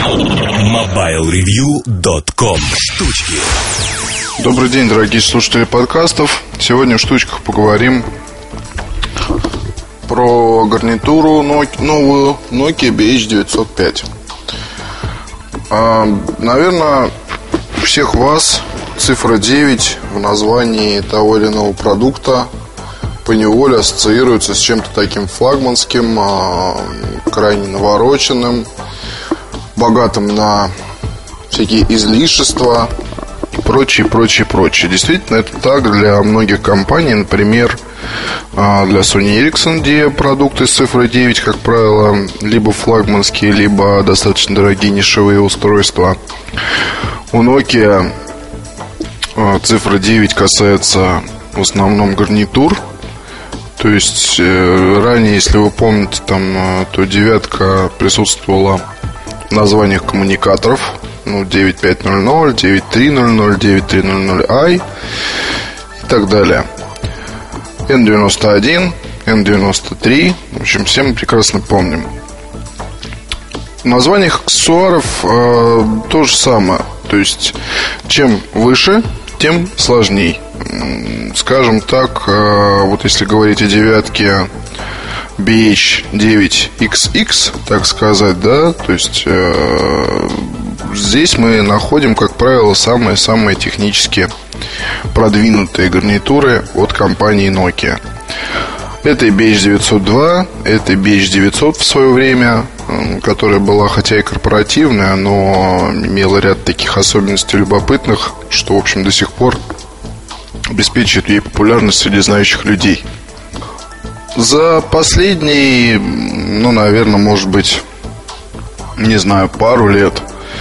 MobileReview.com. Штучки. Добрый день, дорогие слушатели подкастов. Сегодня в штучках поговорим про гарнитуру новую Nokia BH905. Наверное, у всех вас цифра 9 в названии того или иного продукта поневоле ассоциируется с чем-то таким флагманским, крайне навороченным, богатым на всякие излишества и прочее. Действительно, это так для многих компаний. Например, для Sony Ericsson, где продукты с цифрой 9, как правило, либо флагманские, либо достаточно дорогие нишевые устройства. У Nokia цифра 9 касается в основном гарнитур. То есть ранее, если вы помните, то девятка присутствовала в названиях коммуникаторов. 9500, 9300, 9300i и так далее. N91, N93. В общем, все мы прекрасно помним. В названиях аксессуаров то же самое. То есть, чем выше, тем сложней. Скажем так, вот если говорить о девятке BH9XX, так сказать, да, то есть здесь мы находим, как правило, самые технически продвинутые гарнитуры от компании Nokia. Это и BH902, это и BH900 в свое время, которая была хотя и корпоративная, но имела ряд таких особенностей любопытных, что, в общем, до сих пор обеспечивает ей популярность среди знающих людей. За последние, наверное, может быть, не знаю, пару лет,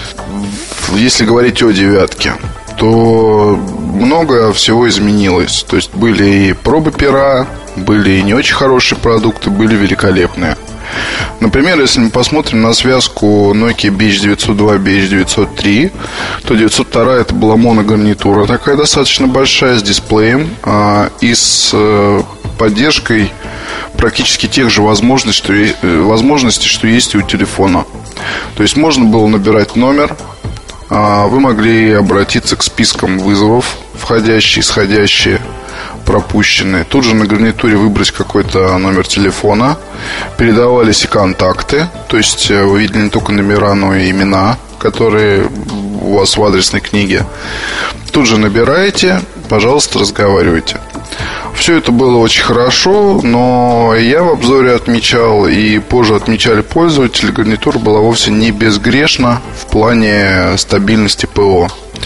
если говорить о девятке, то много всего изменилось. То есть были и пробы пера, были и не очень хорошие продукты, были великолепные. Например, если мы посмотрим на связку Nokia BH902, BH903, то 902 это была моногарнитура, такая достаточно большая, с дисплеем и с поддержкой практически тех же возможностей, что есть и у телефона. То есть можно было набирать номер, вы могли обратиться к спискам вызовов, входящие, исходящие, пропущенные. Тут же на гарнитуре выбрать какой-то номер телефона. Передавались и контакты. То есть вы видели не только номера, но и имена, которые у вас в адресной книге. Тут же набираете, пожалуйста, разговаривайте. Все это было очень хорошо, но я в обзоре отмечал, и позже отмечали пользователи, гарнитура была вовсе не безгрешна в плане стабильности ПО.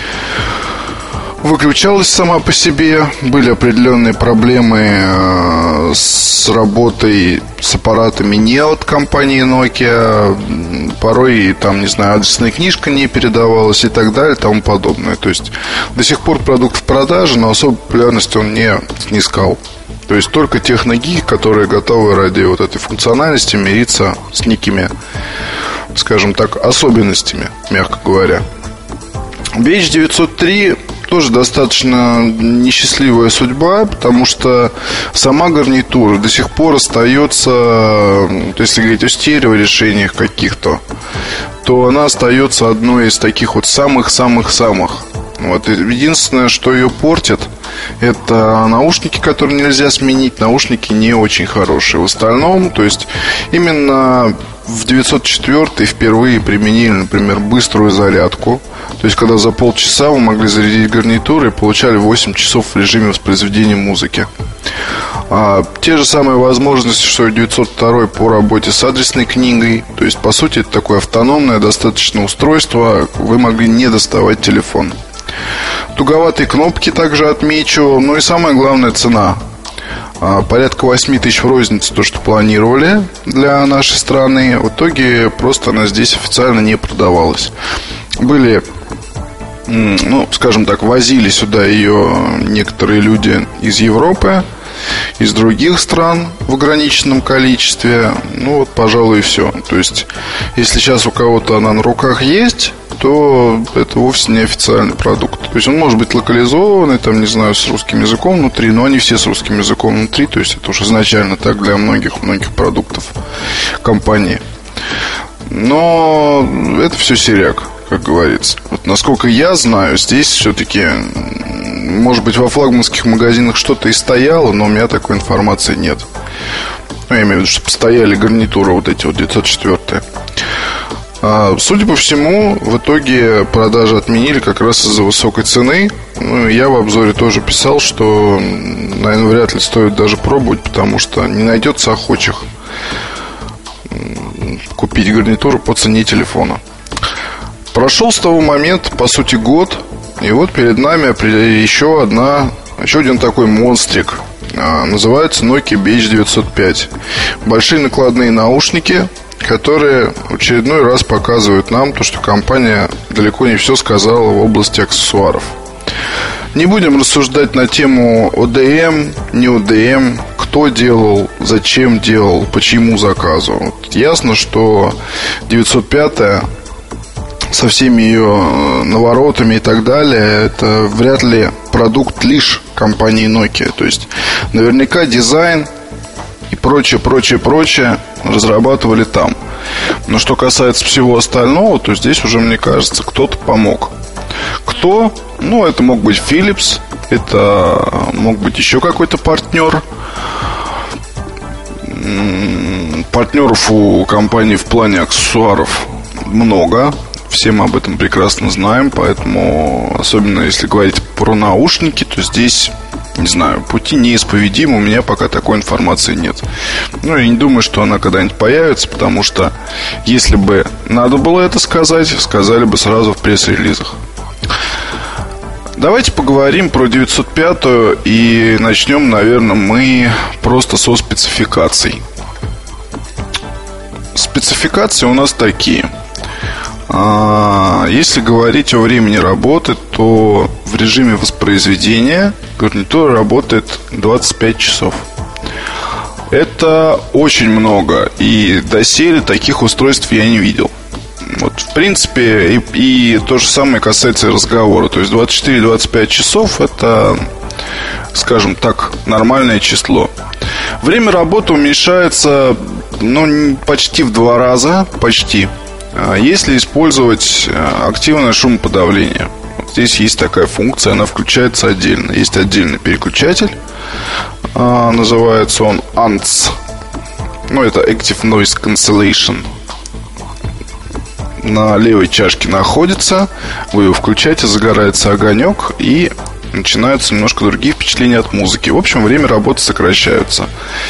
Выключалась сама по себе, были определенные проблемы с работой с аппаратами не от компании Nokia, порой адресная книжка не передавалась и так далее, и тому подобное. То есть до сих пор продукт в продаже, но особой популярности он не снискал. То есть только техногики, которые готовы ради вот этой функциональности мириться с некими, скажем так, особенностями, мягко говоря. BH903 тоже достаточно несчастливая судьба, потому что сама гарнитура до сих пор остается, если говорить о стереорешениях каких-то, то она остается одной из таких вот самых-самых-самых. Вот. Единственное, что ее портит, это наушники, которые нельзя сменить. Наушники не очень хорошие. В остальном, то есть именно в 904 впервые применили, например, быструю зарядку. То есть когда за полчаса вы могли зарядить гарнитуру и получали 8 часов в режиме воспроизведения музыки. Те же самые возможности, что и 902 по работе с адресной книгой. То есть, по сути, это такое автономное достаточно устройство. Вы могли не доставать телефон. Туговатые кнопки также отмечу. Ну и самое главное, цена. Порядка 8 тысяч в рознице, то, что планировали для нашей страны. В итоге просто она здесь официально не продавалась. Были, скажем так, возили сюда ее некоторые люди из Европы, из других стран в ограниченном количестве. Пожалуй, и все. То есть, если сейчас у кого-то она на руках есть, то это вовсе не официальный продукт. То есть он может быть локализованный, с русским языком внутри, но они все с русским языком внутри. То есть это уж изначально так для многих продуктов компании. Но это все серяк, как говорится. Вот насколько я знаю, здесь все-таки, может быть, во флагманских магазинах что-то и стояло, но у меня такой информации нет. Я имею в виду, что постояли гарнитуры вот эти вот 904-е. Судя по всему, в итоге продажи отменили как раз из-за высокой цены. Я в обзоре тоже писал, что, наверное, вряд ли стоит даже пробовать, потому что не найдется охочих купить гарнитуру по цене телефона. Прошел с того момента, по сути, год. И вот перед нами еще один такой монстрик. Называется Nokia BH905. Большие накладные наушники, которые в очередной раз показывают нам то, что компания далеко не все сказала в области аксессуаров. Не будем рассуждать на тему ОДМ, не ОДМ, кто делал, зачем делал, почему заказывал. Вот ясно, что 905 со всеми ее наворотами и так далее, это вряд ли продукт лишь компании Nokia. То есть наверняка дизайн и прочее разрабатывали там. Но что касается всего остального, то здесь уже, мне кажется, кто-то помог. Кто? Это мог быть Philips, это мог быть еще какой-то партнер. Партнеров у компании в плане аксессуаров много. Все мы об этом прекрасно знаем. Поэтому, особенно если говорить про наушники, то здесь, не знаю, пути неисповедимы. У меня пока такой информации нет. Я не думаю, что она когда-нибудь появится, потому что если бы надо было это сказать, сказали бы сразу в пресс-релизах. Давайте поговорим про 905 и начнем, наверное, мы просто со спецификаций. Спецификации у нас такие. Если говорить о времени работы, то в режиме воспроизведения гарнитура работает 25 часов. Это очень много, и доселе таких устройств я не видел. Вот, в принципе, и то же самое касается и разговора. То есть 24-25 часов это, скажем так, нормальное число. Время работы уменьшается почти в 2 раза, если использовать активное шумоподавление. Вот здесь есть такая функция, она включается отдельно. Есть отдельный переключатель, называется он ANTS. Это Active Noise Cancellation. На левой чашке находится. Вы его включаете, загорается огонек, и начинаются немножко другие впечатления от музыки. В общем, время работы сокращается.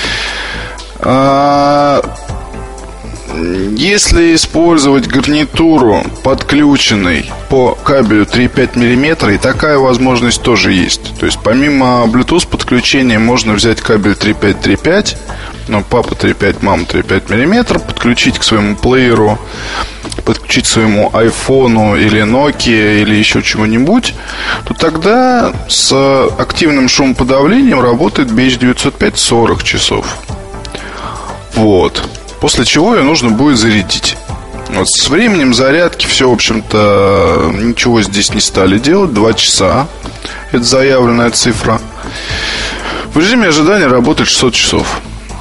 Если использовать гарнитуру подключенной по кабелю 3,5 мм, и такая возможность тоже есть. То есть помимо Bluetooth подключения можно взять кабель 3,5-3,5, папа 3,5, мама 3,5 мм, подключить к своему плееру, подключить к своему айфону или Nokia или еще чего-нибудь, то тогда с активным шумоподавлением работает BH905 40 часов. Вот. После чего ее нужно будет зарядить. Вот с временем зарядки все, в общем-то, ничего здесь не стали делать. 2 часа. Это заявленная цифра. В режиме ожидания работает 600 часов.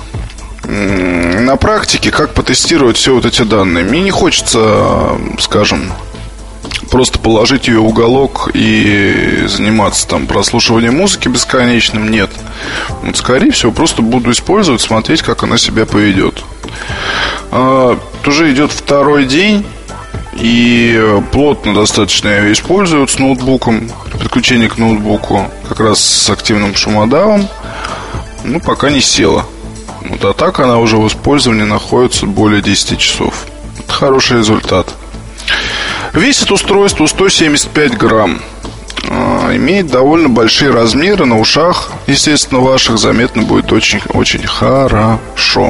На практике, как потестировать все вот эти данные? Мне не хочется, скажем, просто положить ее в уголок и заниматься там прослушиванием музыки бесконечным. Нет. Скорее всего, просто буду использовать, смотреть, как она себя поведет. Уже идет 2-й день, и плотно достаточно я ее использую с ноутбуком. Подключение к ноутбуку как раз с активным шумодавом. Пока не села. А так она уже в использовании находится более 10 часов. Это хороший результат. Весит устройство 175 грамм. Имеет довольно большие размеры. На ушах, естественно, ваших заметно будет очень хорошо.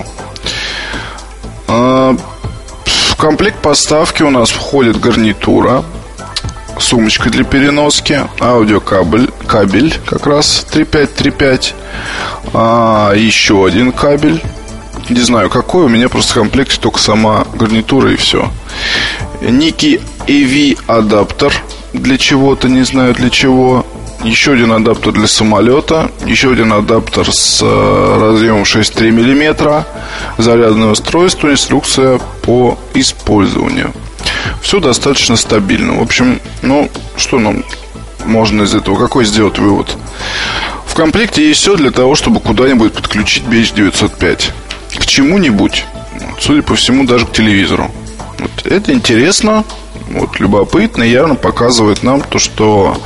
В комплект поставки у нас входит гарнитура, сумочка для переноски, аудиокабель как раз 3.5-3.5, еще один кабель. Не знаю какой, у меня просто в комплекте только сама гарнитура и все. Некий AV адаптер для чего-то, не знаю для чего. еще один адаптер для самолета, еще один адаптер с разъемом 6,3 мм, зарядное устройство, инструкция по использованию. Все достаточно стабильно. В общем, что нам можно из этого, какой сделать вывод? В комплекте есть все для того, чтобы куда-нибудь подключить BH905. К чему-нибудь. Судя по всему, даже к телевизору. Это интересно, любопытно и явно показывает нам то, что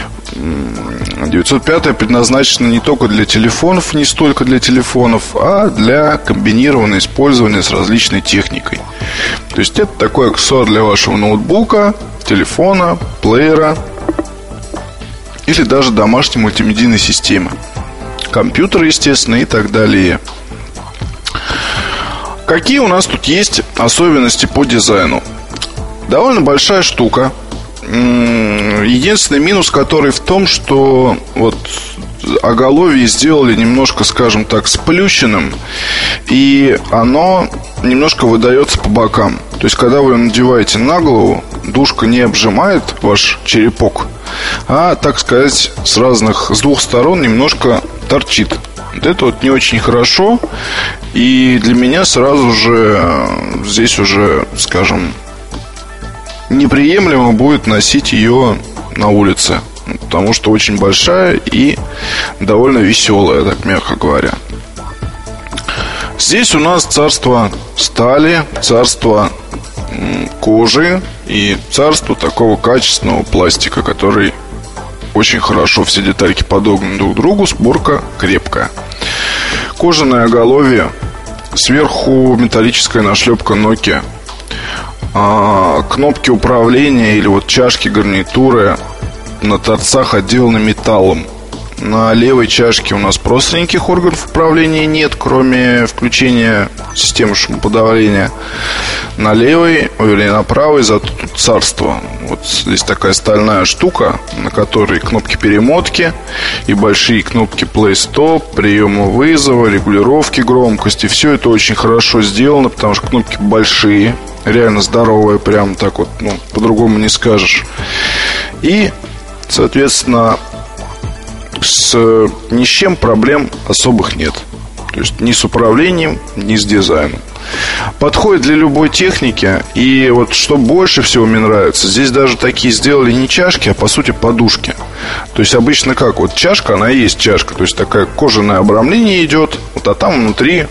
905 предназначена не только для телефонов, не столько для телефонов, а для комбинированного использования с различной техникой. То есть это такой аксессуар для вашего ноутбука, телефона, плеера или даже домашней мультимедийной системы, компьютера, естественно, и так далее. Какие у нас тут есть особенности по дизайну? Довольно большая штука. Единственный минус, который в том, что оголовье сделали немножко, скажем так, сплющенным, и оно немножко выдается по бокам. То есть, когда вы надеваете на голову, дужка не обжимает ваш черепок, а, так сказать, с двух сторон немножко торчит. Это не очень хорошо. И для меня сразу же здесь уже, скажем, неприемлемо будет носить ее на улице, потому что очень большая и довольно веселая, так мягко говоря. Здесь у нас царство стали, царство кожи и царство такого качественного пластика, который очень хорошо, все детальки подогнаны друг к другу, сборка крепкая. Кожаное оголовье, сверху металлическая нашлепка Nokia. Кнопки управления или чашки гарнитуры на торцах отделаны металлом. На левой чашке у нас просто никаких органов управления нет, кроме включения системы шумоподавления. На левой, на правой зато тут царство. Здесь такая стальная штука, на которой кнопки перемотки и большие кнопки play-stop, приема вызова, регулировки громкости. Все это очень хорошо сделано, потому что кнопки большие, реально здоровые, прям так по-другому не скажешь. И, соответственно, ни с чем проблем особых нет. То есть ни с управлением, ни с дизайном. Подходит для любой техники. И что больше всего мне нравится, здесь даже такие сделали не чашки, а по сути подушки. То есть обычно как? Чашка, она и есть чашка. То есть такое кожаное обрамление идет, а там внутри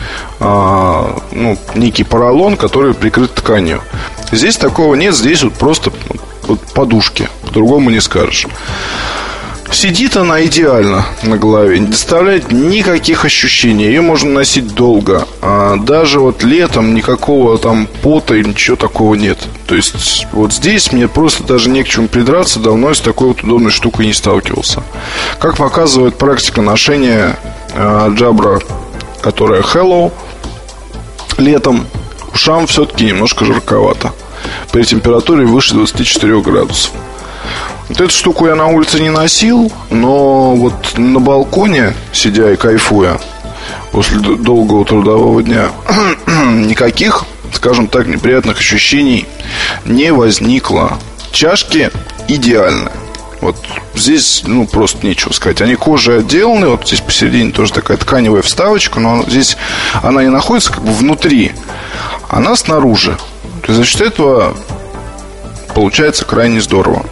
некий поролон, который прикрыт тканью. Здесь такого нет, здесь просто подушки. По-другому не скажешь. Сидит она идеально на голове, не доставляет никаких ощущений. Ее можно носить долго. Даже летом никакого там пота или ничего такого нет. То есть здесь мне просто даже не к чему придраться. Давно я с такой удобной штукой не сталкивался. Как показывает практика ношения Jabra, которая Hello, летом ушам все-таки немножко жарковато при температуре выше 24 градусов. Эту штуку я на улице не носил, но на балконе, сидя и кайфуя после долгого трудового дня, никаких, скажем так, неприятных ощущений не возникло. Чашки идеальны. Здесь, просто нечего сказать. Они кожей отделаны. Здесь посередине тоже такая тканевая вставочка, но здесь она не находится внутри, она снаружи. То есть за счет этого получается крайне здорово.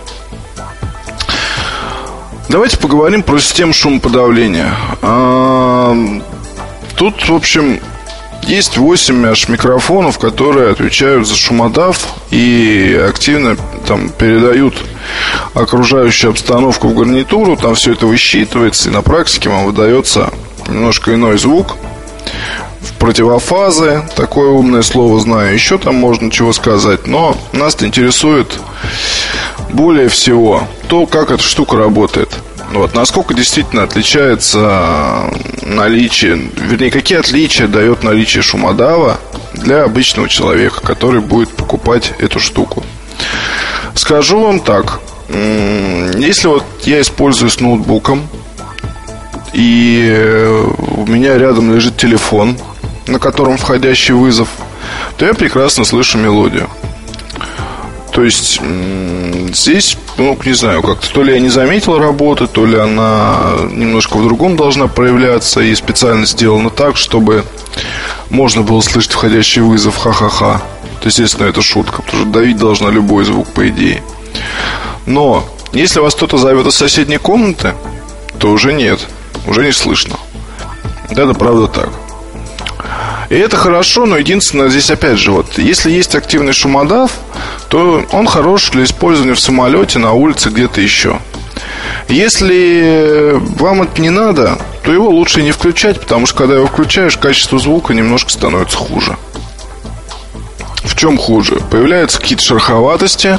Давайте поговорим про систему шумоподавления. Тут, в общем, есть 8 аж микрофонов, которые отвечают за шумодав и активно передают окружающую обстановку в гарнитуру. Там все это высчитывается, и на практике вам выдается немножко иной звук. В противофазы, такое умное слово знаю. Еще там можно чего сказать. Но нас интересует более всего то, как эта штука работает. Насколько действительно отличается наличие, вернее, какие отличия дает наличие шумодава для обычного человека, который будет покупать эту штуку. Скажу вам так. Если я использую с ноутбуком, и у меня рядом лежит телефон, на котором входящий вызов, то я прекрасно слышу мелодию. То есть здесь, не знаю, как-то то ли я не заметил работы, то ли она немножко в другом должна проявляться и специально сделана так, чтобы можно было слышать входящий вызов ха-ха-ха. То, естественно, это шутка, потому что давить должна любой звук, по идее. Но если вас кто-то зовет из соседней комнаты, то уже нет, уже не слышно. Это правда так. И это хорошо, но единственное, здесь опять же, если есть активный шумодав, то он хорош для использования в самолете, на улице, где-то еще. Если вам это не надо, то его лучше не включать, потому что когда его включаешь, качество звука немножко становится хуже. В чем хуже? Появляются какие-то шероховатости,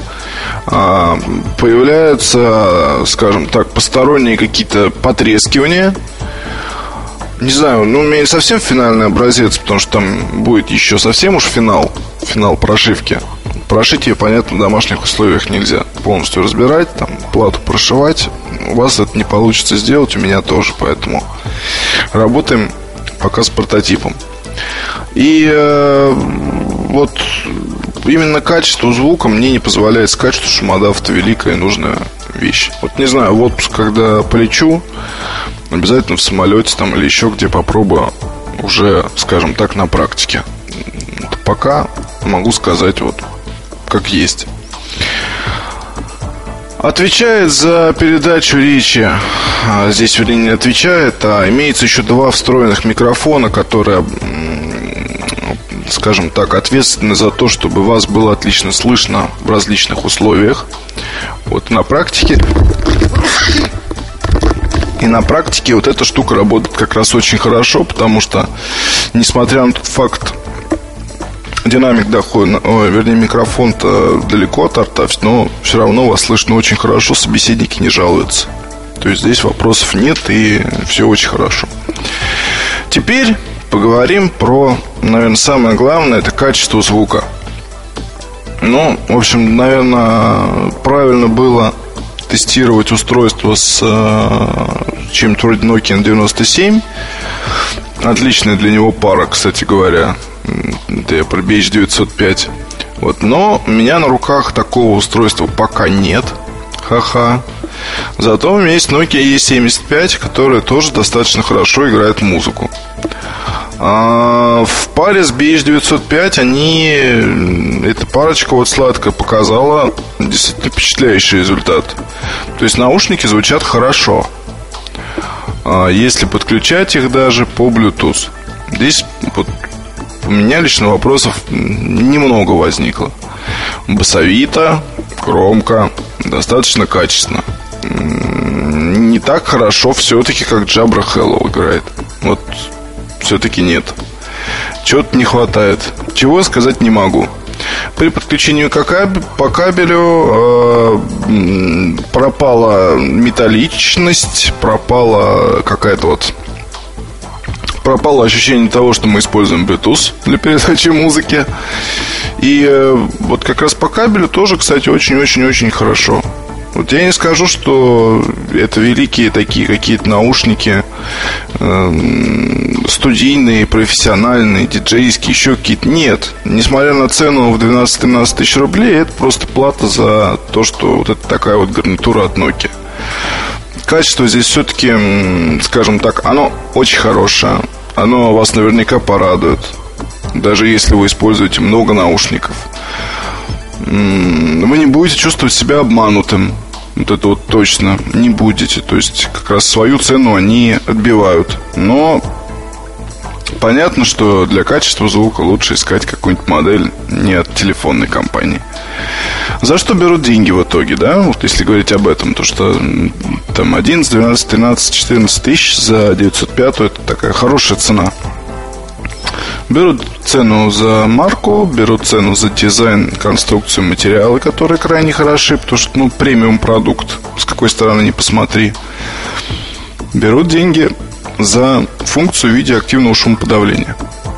появляются, скажем так, посторонние какие-то потрескивания. Не знаю, у меня не совсем финальный образец, потому что там будет еще совсем уж финал прошивки. Прошить ее, понятно, в домашних условиях нельзя. Полностью разбирать, там, плату прошивать. У вас это не получится сделать, у меня тоже. Поэтому работаем пока с прототипом. И именно качество звука мне не позволяет сказать, что шумодав — это великая и нужная вещь. Не знаю, в отпуск, когда полечу, обязательно в самолете там или еще где попробую уже, скажем так, на практике. Пока могу сказать как есть. Отвечает за передачу речи, здесь вернее не отвечает, а имеется еще 2 встроенных микрофона, которые, скажем так, ответственны за то, чтобы вас было отлично слышно в различных условиях. На практике. И на практике эта штука работает как раз очень хорошо, потому что, несмотря на тот факт, динамик доходит, микрофон-то далеко от рта, но все равно вас слышно очень хорошо, собеседники не жалуются. То есть здесь вопросов нет, и все очень хорошо. Теперь поговорим про, наверное, самое главное, это качество звука. В общем, наверное, правильно было тестировать устройство с чем-то вроде Nokia N97. Отличная для него пара, кстати говоря. Это я про BH905. Но у меня на руках такого устройства пока нет. Ха-ха. Зато у меня есть Nokia E75, которая тоже достаточно хорошо играет музыку. В паре с BH905 эта парочка сладкая показала действительно впечатляющий результат. То есть наушники звучат хорошо, если подключать их даже по Bluetooth. Здесь у меня лично вопросов немного возникло. Басовито, громко, достаточно качественно. Не так хорошо все-таки, как Jabra Hello играет. Все-таки нет. Чего-то не хватает. Чего сказать не могу. При подключении по кабелю пропала металличность, пропала какая-то пропало ощущение того, что мы используем Bluetooth для передачи музыки. И как раз по кабелю тоже, кстати, очень-очень-очень хорошо. Я не скажу, что это великие такие какие-то наушники студийные, профессиональные, диджейские, еще какие-то. Нет, несмотря на цену в 12-13 тысяч рублей, это просто плата за то, что это такая гарнитура от Nokia. Качество здесь все-таки, скажем так, оно очень хорошее. Оно вас наверняка порадует, даже если вы используете много наушников. Вы не будете чувствовать себя обманутым. Это точно не будете. То есть как раз свою цену они отбивают. Но понятно, что для качества звука лучше искать какую-нибудь модель не от телефонной компании. За что берут деньги в итоге, да? Если говорить об этом, то что там 11, 12, 13, 14 тысяч за 905, это такая хорошая цена. Берут цену за марку, берут цену за дизайн, конструкцию, материалы, которые крайне хороши, потому что, премиум продукт, с какой стороны ни посмотри. Берут деньги за функцию в виде активного шумоподавления.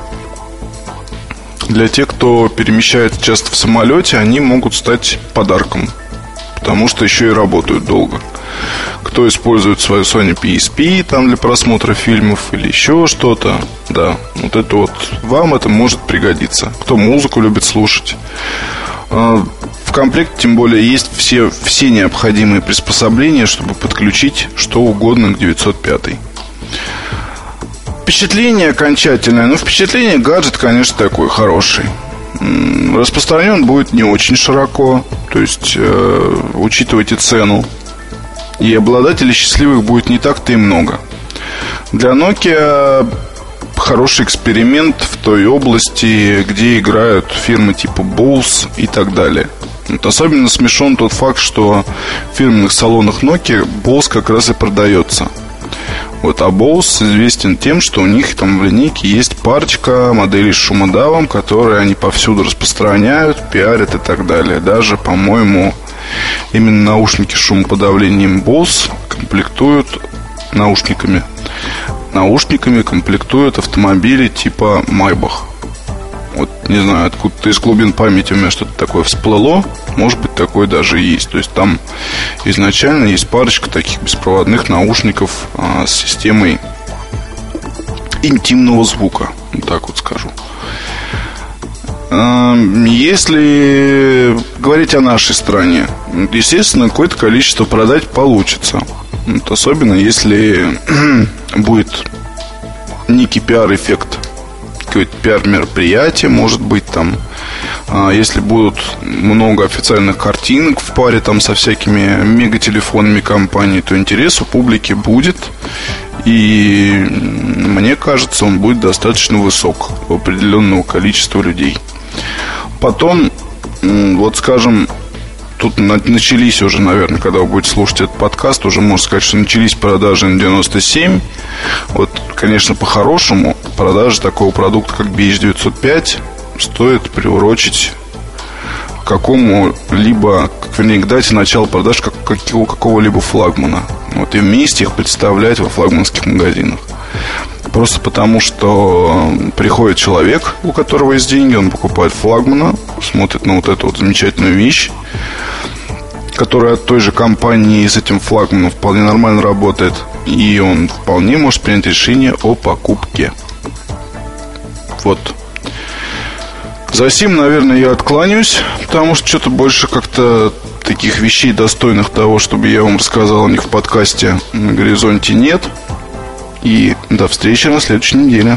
Для тех, кто перемещается часто в самолете, они могут стать подарком, потому что еще и работают долго. Кто использует свою Sony PSP там для просмотра фильмов или еще что-то, да, вам это может пригодиться. Кто музыку любит слушать. В в комплекте, тем более, есть все необходимые приспособления, чтобы подключить что угодно к 905. Впечатление окончательное. Ну, впечатление, гаджет, конечно, такой хороший. Распространен будет не очень широко. То есть, учитывайте цену. И обладателей счастливых будет не так-то и много. Для Nokia хороший эксперимент в той области, где играют фирмы типа Bose и так далее. Вот особенно смешон тот факт, что в фирменных салонах Nokia Bose как раз и продается. Вот, а Bose известен тем, что у них там в линейке есть парочка моделей с шумодавом, которые они повсюду распространяют, пиарят и так далее. Даже, по-моему, именно наушники с шумоподавлением Bose комплектуют наушниками комплектуют автомобили типа Maybach. Вот не знаю, откуда-то из глубин памяти у меня что-то такое всплыло. Может быть, такое даже и есть. То есть там изначально есть парочка таких беспроводных наушников с системой интимного звука. Вот так вот скажу. Если говорить о нашей стране, естественно, какое-то количество продать получится. Вот особенно если будет некий пиар-эффект, какое-то пиар-мероприятие, может быть, там, если будут много официальных картинок в паре там со всякими мегателефонами компаний, то интерес у публики будет. И мне кажется, он будет достаточно высок у определенного количества людей. Потом, вот скажем, тут начались уже, наверное, когда вы будете слушать этот подкаст, уже можно сказать, что начались продажи на 97. Вот, конечно, по-хорошему продажи такого продукта, как BH905, стоит приурочить к какому-либо, вернее, к дате начала продаж какого-либо флагмана. Вот, и вместе их представлять во флагманских магазинах. Просто потому, что приходит человек, у которого есть деньги, он покупает флагмана, смотрит на вот эту вот замечательную вещь, которая от той же компании с этим флагманом вполне нормально работает, и он вполне может принять решение о покупке. Вот. За сим, наверное, я откланяюсь, потому что что-то больше как-то таких вещей, достойных того, чтобы я вам рассказал о них в подкасте, на горизонте нет. И до встречи на следующей неделе.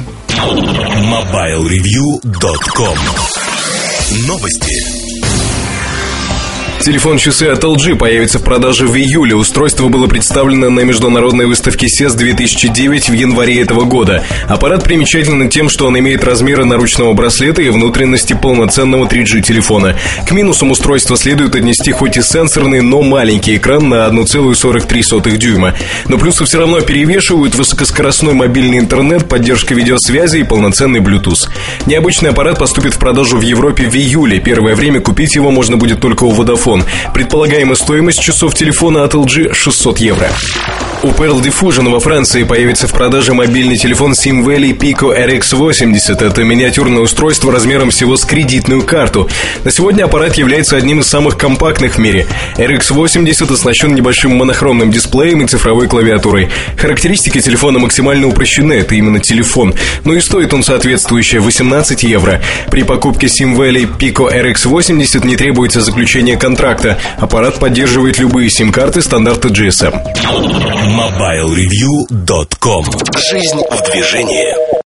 MobileReview.com. Новости. Телефон-часы от LG появится в продаже в июле. Устройство было представлено на международной выставке CES 2009 в январе этого года. Аппарат примечателен тем, что он имеет размеры наручного браслета и внутренности полноценного 3G телефона. К минусам устройства следует отнести хоть и сенсорный, но маленький экран на 1,43 дюйма. Но плюсы все равно перевешивают: высокоскоростной мобильный интернет, поддержка видеосвязи и полноценный Bluetooth. Необычный аппарат поступит в продажу в Европе в июле. Первое время купить его можно будет только у Vodafone. Предполагаемая стоимость часов телефона от LG 600 евро. У Pearl Diffusion во Франции появится в продаже мобильный телефон SimValley Pico RX80. Это миниатюрное устройство размером всего с кредитную карту. На сегодня аппарат является одним из самых компактных в мире. RX80 оснащен небольшим монохромным дисплеем и цифровой клавиатурой. Характеристики телефона максимально упрощены, это именно телефон. Но и стоит он соответствующее 18 евро. При покупке SimValley Pico RX80 не требуется заключение контракта. Аппарат поддерживает любые сим-карты стандарта GSM. MobileReview.com. Жизнь в движении.